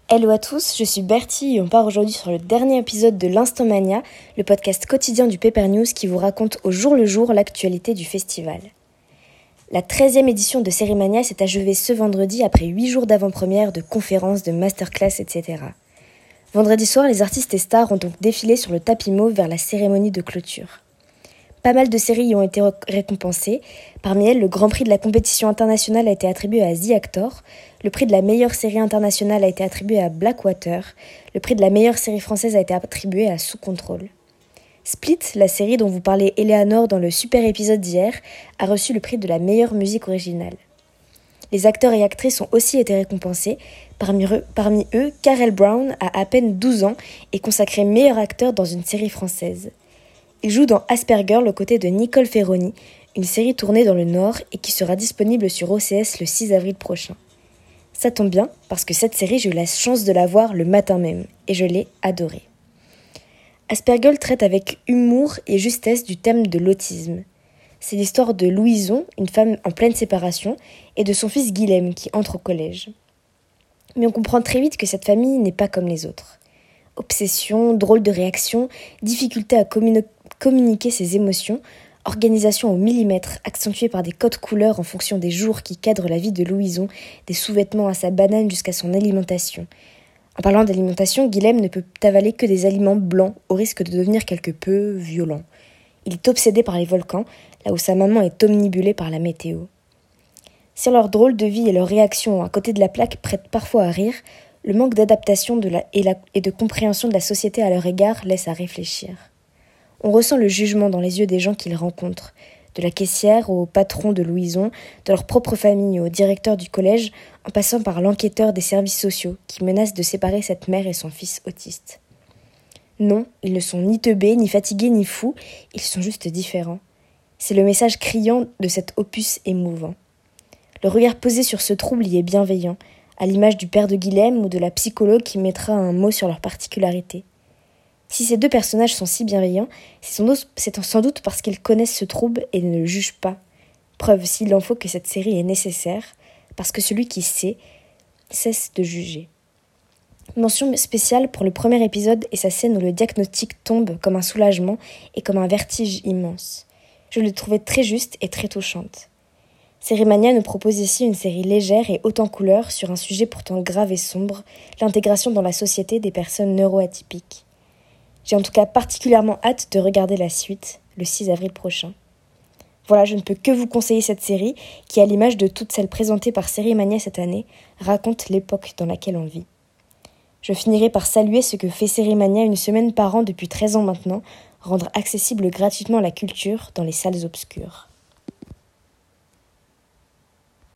Hello à tous, je suis Bertie et on part aujourd'hui sur le dernier épisode de l'Instant Mania, le podcast quotidien du Paper News qui vous raconte au jour le jour l'actualité du festival. La 13e édition de Série Mania s'est achevée ce vendredi après 8 jours d'avant-première, de conférences, de masterclass, etc. Vendredi soir, les artistes et stars ont donc défilé sur le tapis mauve vers la cérémonie de clôture. Pas mal de séries y ont été récompensées. Parmi elles, le Grand Prix de la compétition internationale a été attribué à The Actor, le prix de la meilleure série internationale a été attribué à Blackwater, le prix de la meilleure série française a été attribué à Sous Contrôle. Split, la série dont vous parlez Eleanor dans le super épisode d'hier, a reçu le prix de la meilleure musique originale. Les acteurs et actrices ont aussi été récompensés. Parmi eux, Karel Brown a à peine 12 ans et consacré meilleur acteur dans une série française. Il joue dans Asperger aux côtés de Nicole Ferroni, une série tournée dans le Nord et qui sera disponible sur OCS le 6 avril prochain. Ça tombe bien, parce que cette série, j'ai eu la chance de la voir le matin même, et je l'ai adorée. Asperger traite avec humour et justesse du thème de l'autisme. C'est l'histoire de Louison, une femme en pleine séparation, et de son fils Guilhem qui entre au collège. Mais on comprend très vite que cette famille n'est pas comme les autres. Obsession, drôle de réaction, difficulté à communiquer ses émotions, organisation au millimètre, accentuée par des codes couleurs en fonction des jours qui cadrent la vie de Louison, des sous-vêtements à sa banane jusqu'à son alimentation. En parlant d'alimentation, Guilhem ne peut avaler que des aliments blancs, au risque de devenir quelque peu violent. Il est obsédé par les volcans, là où sa maman est omnibulée par la météo. Si leur drôle de vie et leurs réactions à côté de la plaque prêtent parfois à rire, le manque d'adaptation et de compréhension de la société à leur égard laisse à réfléchir. On ressent le jugement dans les yeux des gens qu'ils rencontrent, de la caissière au patron de Louison, de leur propre famille au directeur du collège, en passant par l'enquêteur des services sociaux qui menace de séparer cette mère et son fils autiste. Non, ils ne sont ni teubés, ni fatigués, ni fous, ils sont juste différents. C'est le message criant de cet opus émouvant. Le regard posé sur ce trouble y est bienveillant, à l'image du père de Guilhem ou de la psychologue qui mettra un mot sur leurs particularités. Si ces deux personnages sont si bienveillants, c'est sans doute parce qu'ils connaissent ce trouble et ne le jugent pas. Preuve, s'il en faut, que cette série est nécessaire, parce que celui qui sait cesse de juger. Mention spéciale pour le premier épisode et sa scène où le diagnostic tombe comme un soulagement et comme un vertige immense. Je l'ai trouvée très juste et très touchante. Série Mania nous propose ici une série légère et haute en couleurs sur un sujet pourtant grave et sombre, l'intégration dans la société des personnes neuroatypiques. J'ai en tout cas particulièrement hâte de regarder la suite, le 6 avril prochain. Voilà, je ne peux que vous conseiller cette série, qui, à l'image de toutes celles présentées par Série Mania cette année, raconte l'époque dans laquelle on vit. Je finirai par saluer ce que fait Série Mania une semaine par an depuis 13 ans maintenant, rendre accessible gratuitement la culture dans les salles obscures.